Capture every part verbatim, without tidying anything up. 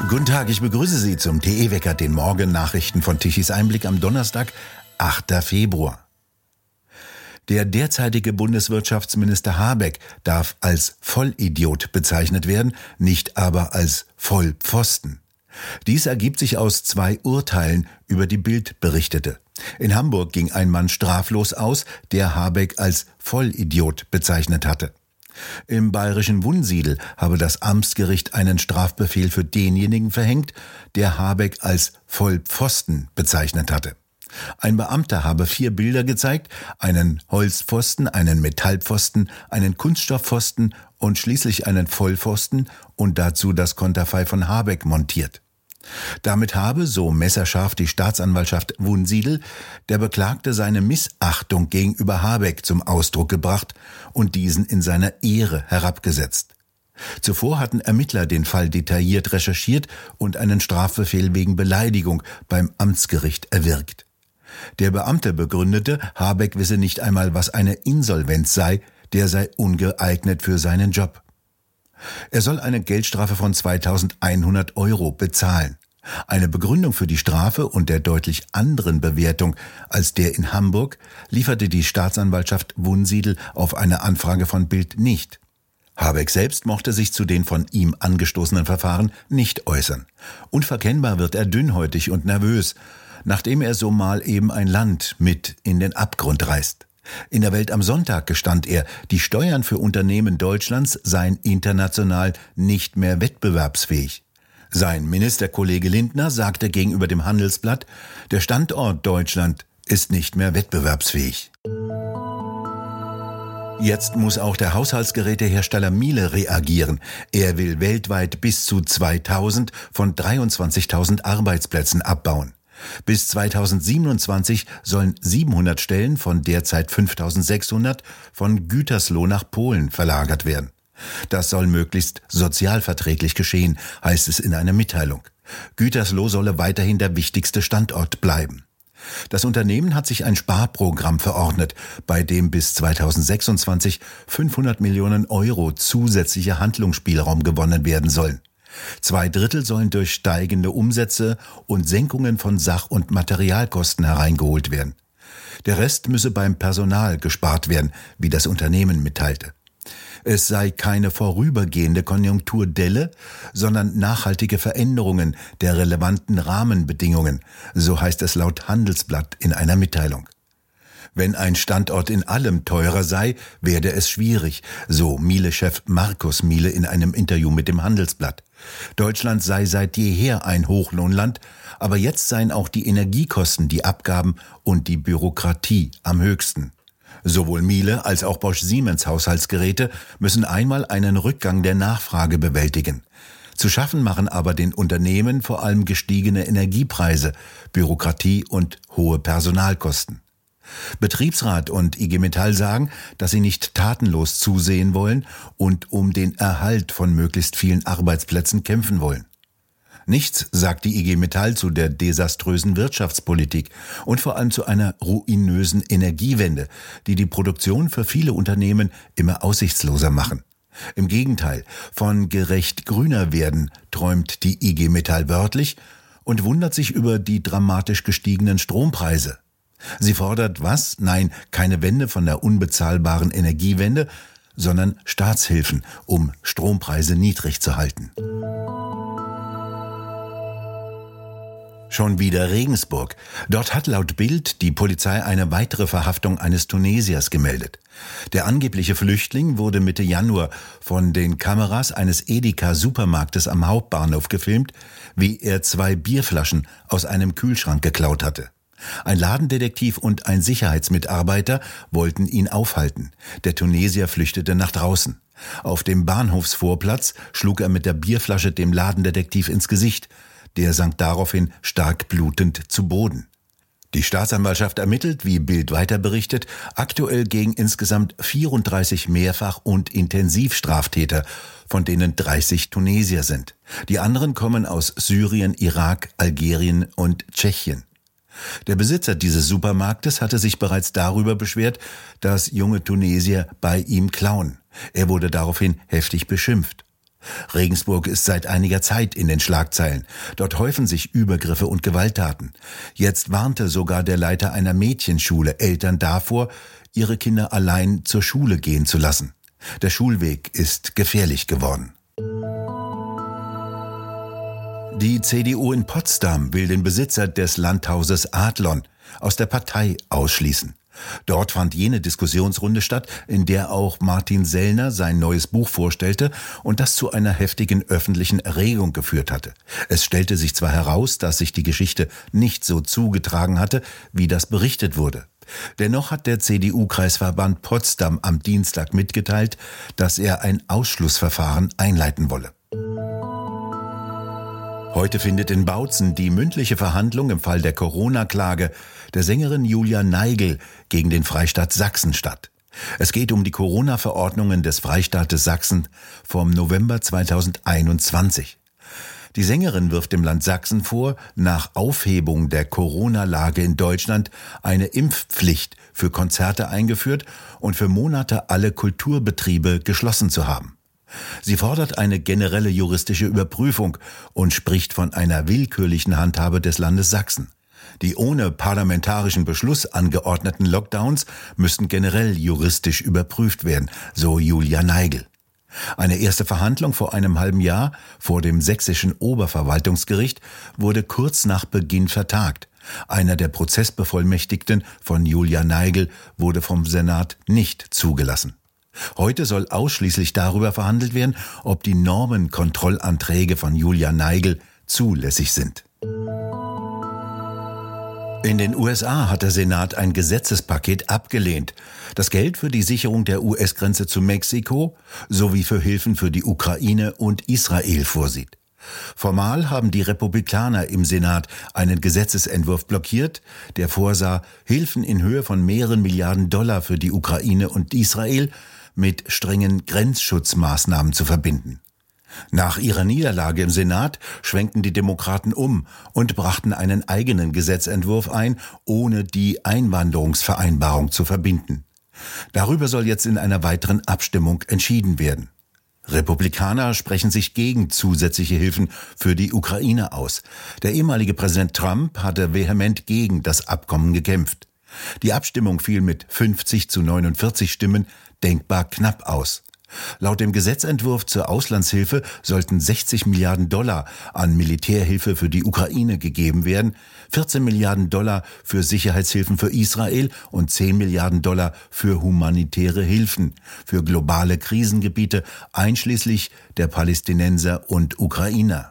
Guten Tag, ich begrüße Sie zum T E-Wecker, den Morgennachrichten von Tichys Einblick am Donnerstag, achter Februar. Der derzeitige Bundeswirtschaftsminister Habeck darf als Vollidiot bezeichnet werden, nicht aber als Vollpfosten. Dies ergibt sich aus zwei Urteilen, über die Bild berichtete. In Hamburg ging ein Mann straflos aus, der Habeck als Vollidiot bezeichnet hatte. Im bayerischen Wunsiedel habe das Amtsgericht einen Strafbefehl für denjenigen verhängt, der Habeck als Vollpfosten bezeichnet hatte. Ein Beamter habe vier Bilder gezeigt, einen Holzpfosten, einen Metallpfosten, einen Kunststoffpfosten und schließlich einen Vollpfosten und dazu das Konterfei von Habeck montiert. Damit habe, so messerscharf die Staatsanwaltschaft Wunsiedel, der Beklagte seine Missachtung gegenüber Habeck zum Ausdruck gebracht und diesen in seiner Ehre herabgesetzt. Zuvor hatten Ermittler den Fall detailliert recherchiert und einen Strafbefehl wegen Beleidigung beim Amtsgericht erwirkt. Der Beamte begründete, Habeck wisse nicht einmal, was eine Insolvenz sei, der sei ungeeignet für seinen Job. Er soll eine Geldstrafe von zweitausendeinhundert Euro bezahlen. Eine Begründung für die Strafe und der deutlich anderen Bewertung als der in Hamburg lieferte die Staatsanwaltschaft Wunsiedel auf eine Anfrage von Bild nicht. Habeck selbst mochte sich zu den von ihm angestoßenen Verfahren nicht äußern. Unverkennbar wird er dünnhäutig und nervös, nachdem er so mal eben ein Land mit in den Abgrund reißt. In der Welt am Sonntag gestand er, die Steuern für Unternehmen Deutschlands seien international nicht mehr wettbewerbsfähig. Sein Ministerkollege Lindner sagte gegenüber dem Handelsblatt, der Standort Deutschland ist nicht mehr wettbewerbsfähig. Jetzt muss auch der Haushaltsgerätehersteller Miele reagieren. Er will weltweit bis zu zweitausend von dreiundzwanzigtausend Arbeitsplätzen abbauen. Bis zweitausendsiebenundzwanzig sollen siebenhundert Stellen von derzeit fünftausendsechshundert von Gütersloh nach Polen verlagert werden. Das soll möglichst sozialverträglich geschehen, heißt es in einer Mitteilung. Gütersloh solle weiterhin der wichtigste Standort bleiben. Das Unternehmen hat sich ein Sparprogramm verordnet, bei dem bis zweitausendsechsundzwanzig fünfhundert Millionen Euro zusätzlicher Handlungsspielraum gewonnen werden sollen. Zwei Drittel sollen durch steigende Umsätze und Senkungen von Sach- und Materialkosten hereingeholt werden. Der Rest müsse beim Personal gespart werden, wie das Unternehmen mitteilte. Es sei keine vorübergehende Konjunkturdelle, sondern nachhaltige Veränderungen der relevanten Rahmenbedingungen, so heißt es laut Handelsblatt in einer Mitteilung. Wenn ein Standort in allem teurer sei, werde es schwierig, so Miele-Chef Markus Miele in einem Interview mit dem Handelsblatt. Deutschland sei seit jeher ein Hochlohnland, aber jetzt seien auch die Energiekosten, die Abgaben und die Bürokratie am höchsten. Sowohl Miele als auch Bosch Siemens Haushaltsgeräte müssen einmal einen Rückgang der Nachfrage bewältigen. Zu schaffen machen aber den Unternehmen vor allem gestiegene Energiepreise, Bürokratie und hohe Personalkosten. Betriebsrat und I G Metall sagen, dass sie nicht tatenlos zusehen wollen und um den Erhalt von möglichst vielen Arbeitsplätzen kämpfen wollen. Nichts sagt die I G Metall zu der desaströsen Wirtschaftspolitik und vor allem zu einer ruinösen Energiewende, die die Produktion für viele Unternehmen immer aussichtsloser machen. Im Gegenteil, von gerecht grüner werden träumt die I G Metall wörtlich und wundert sich über die dramatisch gestiegenen Strompreise. Sie fordert was? Nein, keine Wende von der unbezahlbaren Energiewende, sondern Staatshilfen, um Strompreise niedrig zu halten. Schon wieder Regensburg. Dort hat laut Bild die Polizei eine weitere Verhaftung eines Tunesiers gemeldet. Der angebliche Flüchtling wurde Mitte Januar von den Kameras eines Edeka-Supermarktes am Hauptbahnhof gefilmt, wie er zwei Bierflaschen aus einem Kühlschrank geklaut hatte. Ein Ladendetektiv und ein Sicherheitsmitarbeiter wollten ihn aufhalten. Der Tunesier flüchtete nach draußen. Auf dem Bahnhofsvorplatz schlug er mit der Bierflasche dem Ladendetektiv ins Gesicht. Der sank daraufhin stark blutend zu Boden. Die Staatsanwaltschaft ermittelt, wie Bild weiter berichtet, aktuell gegen insgesamt vierunddreißig Mehrfach- und Intensivstraftäter, von denen dreißig Tunesier sind. Die anderen kommen aus Syrien, Irak, Algerien und Tschechien. Der Besitzer dieses Supermarktes hatte sich bereits darüber beschwert, dass junge Tunesier bei ihm klauen. Er wurde daraufhin heftig beschimpft. Regensburg ist seit einiger Zeit in den Schlagzeilen. Dort häufen sich Übergriffe und Gewalttaten. Jetzt warnte sogar der Leiter einer Mädchenschule Eltern davor, ihre Kinder allein zur Schule gehen zu lassen. Der Schulweg ist gefährlich geworden. Die C D U in Potsdam will den Besitzer des Landhauses Adlon aus der Partei ausschließen. Dort fand jene Diskussionsrunde statt, in der auch Martin Sellner sein neues Buch vorstellte und das zu einer heftigen öffentlichen Erregung geführt hatte. Es stellte sich zwar heraus, dass sich die Geschichte nicht so zugetragen hatte, wie das berichtet wurde. Dennoch hat der C D U-Kreisverband Potsdam am Dienstag mitgeteilt, dass er ein Ausschlussverfahren einleiten wolle. Heute findet in Bautzen die mündliche Verhandlung im Fall der Corona-Klage der Sängerin Julia Neigl gegen den Freistaat Sachsen statt. Es geht um die Corona-Verordnungen des Freistaates Sachsen vom November zweitausendeinundzwanzig. Die Sängerin wirft dem Land Sachsen vor, nach Aufhebung der Corona-Lage in Deutschland eine Impfpflicht für Konzerte eingeführt und für Monate alle Kulturbetriebe geschlossen zu haben. Sie fordert eine generelle juristische Überprüfung und spricht von einer willkürlichen Handhabe des Landes Sachsen. Die ohne parlamentarischen Beschluss angeordneten Lockdowns müssten generell juristisch überprüft werden, so Julia Neigl. Eine erste Verhandlung vor einem halben Jahr vor dem sächsischen Oberverwaltungsgericht wurde kurz nach Beginn vertagt. Einer der Prozessbevollmächtigten von Julia Neigl wurde vom Senat nicht zugelassen. Heute soll ausschließlich darüber verhandelt werden, ob die Normenkontrollanträge von Julia Neigl zulässig sind. In den U S A hat der Senat ein Gesetzespaket abgelehnt, das Geld für die Sicherung der U S-Grenze zu Mexiko sowie für Hilfen für die Ukraine und Israel vorsieht. Formal haben die Republikaner im Senat einen Gesetzesentwurf blockiert, der vorsah, Hilfen in Höhe von mehreren Milliarden Dollar für die Ukraine und Israel mit strengen Grenzschutzmaßnahmen zu verbinden. Nach ihrer Niederlage im Senat schwenkten die Demokraten um und brachten einen eigenen Gesetzentwurf ein, ohne die Einwanderungsvereinbarung zu verbinden. Darüber soll jetzt in einer weiteren Abstimmung entschieden werden. Republikaner sprechen sich gegen zusätzliche Hilfen für die Ukraine aus. Der ehemalige Präsident Trump hatte vehement gegen das Abkommen gekämpft. Die Abstimmung fiel mit fünfzig zu neunundvierzig Stimmen denkbar knapp aus. Laut dem Gesetzentwurf zur Auslandshilfe sollten sechzig Milliarden Dollar an Militärhilfe für die Ukraine gegeben werden, vierzehn Milliarden Dollar für Sicherheitshilfen für Israel und zehn Milliarden Dollar für humanitäre Hilfen, für globale Krisengebiete, einschließlich der Palästinenser und Ukrainer.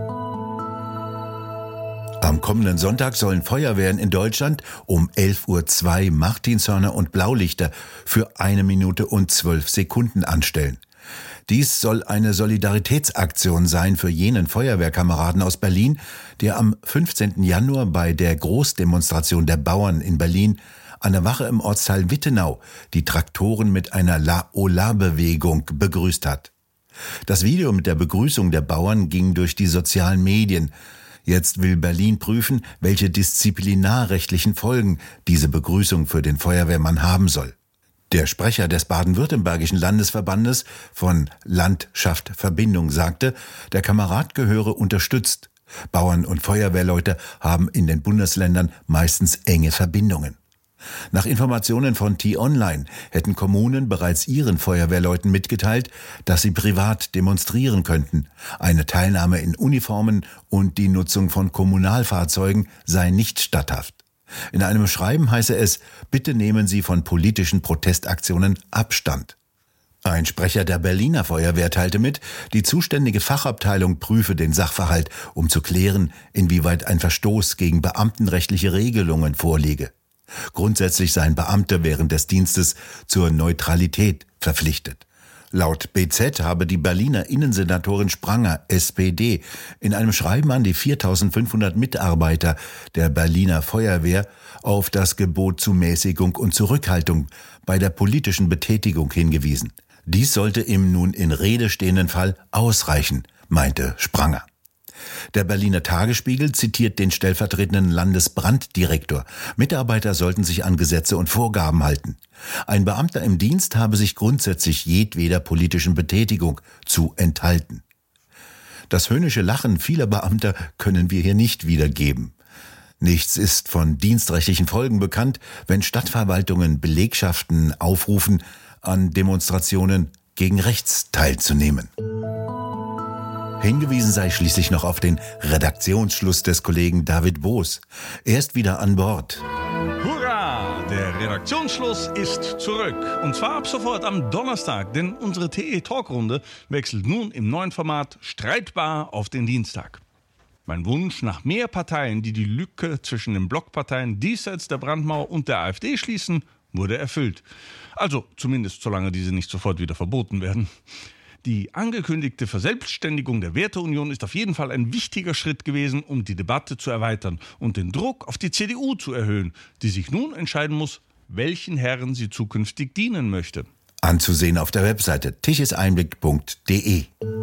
Am kommenden Sonntag sollen Feuerwehren in Deutschland um elf Uhr zwei Martinshörner und Blaulichter für eine Minute und zwölf Sekunden anstellen. Dies soll eine Solidaritätsaktion sein für jenen Feuerwehrkameraden aus Berlin, der am fünfzehnten Januar bei der Großdemonstration der Bauern in Berlin an der Wache im Ortsteil Wittenau die Traktoren mit einer La-Ola-Bewegung begrüßt hat. Das Video mit der Begrüßung der Bauern ging durch die sozialen Medien. Jetzt will Berlin prüfen, welche disziplinarrechtlichen Folgen diese Begrüßung für den Feuerwehrmann haben soll. Der Sprecher des baden-württembergischen Landesverbandes von Landschaft Verbindung sagte, der Kamerad gehöre unterstützt. Bauern und Feuerwehrleute haben in den Bundesländern meistens enge Verbindungen. Nach Informationen von T-Online hätten Kommunen bereits ihren Feuerwehrleuten mitgeteilt, dass sie privat demonstrieren könnten. Eine Teilnahme in Uniformen und die Nutzung von Kommunalfahrzeugen sei nicht statthaft. In einem Schreiben heiße es, bitte nehmen Sie von politischen Protestaktionen Abstand. Ein Sprecher der Berliner Feuerwehr teilte mit, die zuständige Fachabteilung prüfe den Sachverhalt, um zu klären, inwieweit ein Verstoß gegen beamtenrechtliche Regelungen vorliege. Grundsätzlich seien Beamte während des Dienstes zur Neutralität verpflichtet. Laut B Z habe die Berliner Innensenatorin Spranger, S P D, in einem Schreiben an die viertausendfünfhundert Mitarbeiter der Berliner Feuerwehr auf das Gebot zu Mäßigung und Zurückhaltung bei der politischen Betätigung hingewiesen. Dies sollte im nun in Rede stehenden Fall ausreichen, meinte Spranger. Der Berliner Tagesspiegel zitiert den stellvertretenden Landesbranddirektor. Mitarbeiter sollten sich an Gesetze und Vorgaben halten. Ein Beamter im Dienst habe sich grundsätzlich jedweder politischen Betätigung zu enthalten. Das höhnische Lachen vieler Beamter können wir hier nicht wiedergeben. Nichts ist von dienstrechtlichen Folgen bekannt, wenn Stadtverwaltungen Belegschaften aufrufen, an Demonstrationen gegen rechts teilzunehmen. Hingewiesen sei schließlich noch auf den Redaktionsschluss des Kollegen David Boos. Er ist wieder an Bord. Hurra! Der Redaktionsschluss ist zurück. Und zwar ab sofort am Donnerstag, denn unsere T E-Talkrunde wechselt nun im neuen Format streitbar auf den Dienstag. Mein Wunsch nach mehr Parteien, die die Lücke zwischen den Blockparteien diesseits der Brandmauer und der AfD schließen, wurde erfüllt. Also zumindest solange diese nicht sofort wieder verboten werden. Die angekündigte Verselbstständigung der Werteunion ist auf jeden Fall ein wichtiger Schritt gewesen, um die Debatte zu erweitern und den Druck auf die C D U zu erhöhen, die sich nun entscheiden muss, welchen Herren sie zukünftig dienen möchte. Anzusehen auf der Webseite tichiseinblick punkt de.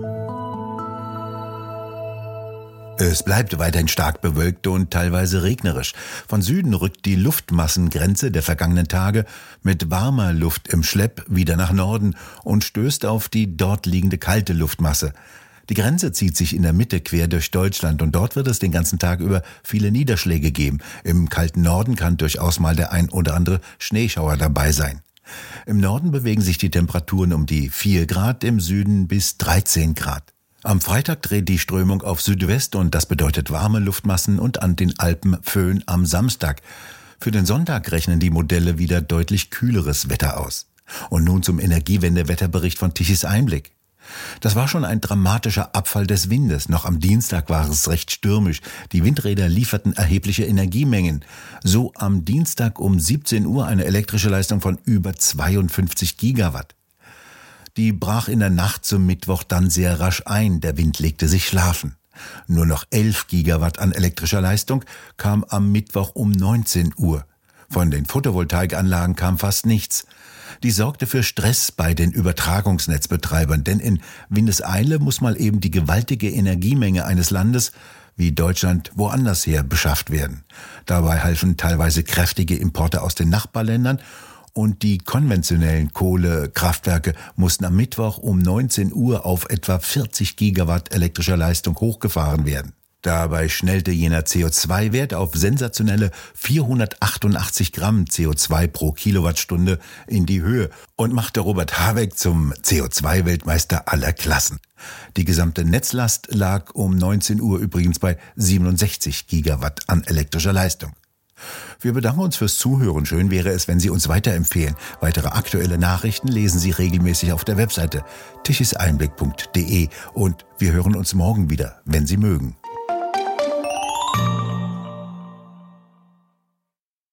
Es bleibt weiterhin stark bewölkt und teilweise regnerisch. Von Süden rückt die Luftmassengrenze der vergangenen Tage mit warmer Luft im Schlepp wieder nach Norden und stößt auf die dort liegende kalte Luftmasse. Die Grenze zieht sich in der Mitte quer durch Deutschland und dort wird es den ganzen Tag über viele Niederschläge geben. Im kalten Norden kann durchaus mal der ein oder andere Schneeschauer dabei sein. Im Norden bewegen sich die Temperaturen um die vier Grad, im Süden bis dreizehn Grad. Am Freitag dreht die Strömung auf Südwest und das bedeutet warme Luftmassen und an den Alpen Föhn am Samstag. Für den Sonntag rechnen die Modelle wieder deutlich kühleres Wetter aus. Und nun zum Energiewende-Wetterbericht von Tichys Einblick. Das war schon ein dramatischer Abfall des Windes. Noch am Dienstag war es recht stürmisch. Die Windräder lieferten erhebliche Energiemengen. So am Dienstag um siebzehn Uhr eine elektrische Leistung von über zweiundfünfzig Gigawatt. Die brach in der Nacht zum Mittwoch dann sehr rasch ein. Der Wind legte sich schlafen. Nur noch elf Gigawatt an elektrischer Leistung kam am Mittwoch um neunzehn Uhr. Von den Photovoltaikanlagen kam fast nichts. Die sorgte für Stress bei den Übertragungsnetzbetreibern, denn in Windeseile muss mal eben die gewaltige Energiemenge eines Landes wie Deutschland woanders her beschafft werden. Dabei halfen teilweise kräftige Importe aus den Nachbarländern und die konventionellen Kohlekraftwerke mussten am Mittwoch um neunzehn Uhr auf etwa vierzig Gigawatt elektrischer Leistung hochgefahren werden. Dabei schnellte jener C O zwei Wert auf sensationelle vierhundertachtundachtzig Gramm C O zwei pro Kilowattstunde in die Höhe und machte Robert Habeck zum C O zwei Weltmeister aller Klassen. Die gesamte Netzlast lag um neunzehn Uhr übrigens bei siebenundsechzig Gigawatt an elektrischer Leistung. Wir bedanken uns fürs Zuhören. Schön wäre es, wenn Sie uns weiterempfehlen. Weitere aktuelle Nachrichten lesen Sie regelmäßig auf der Webseite tichiseinblick punkt de und wir hören uns morgen wieder, wenn Sie mögen.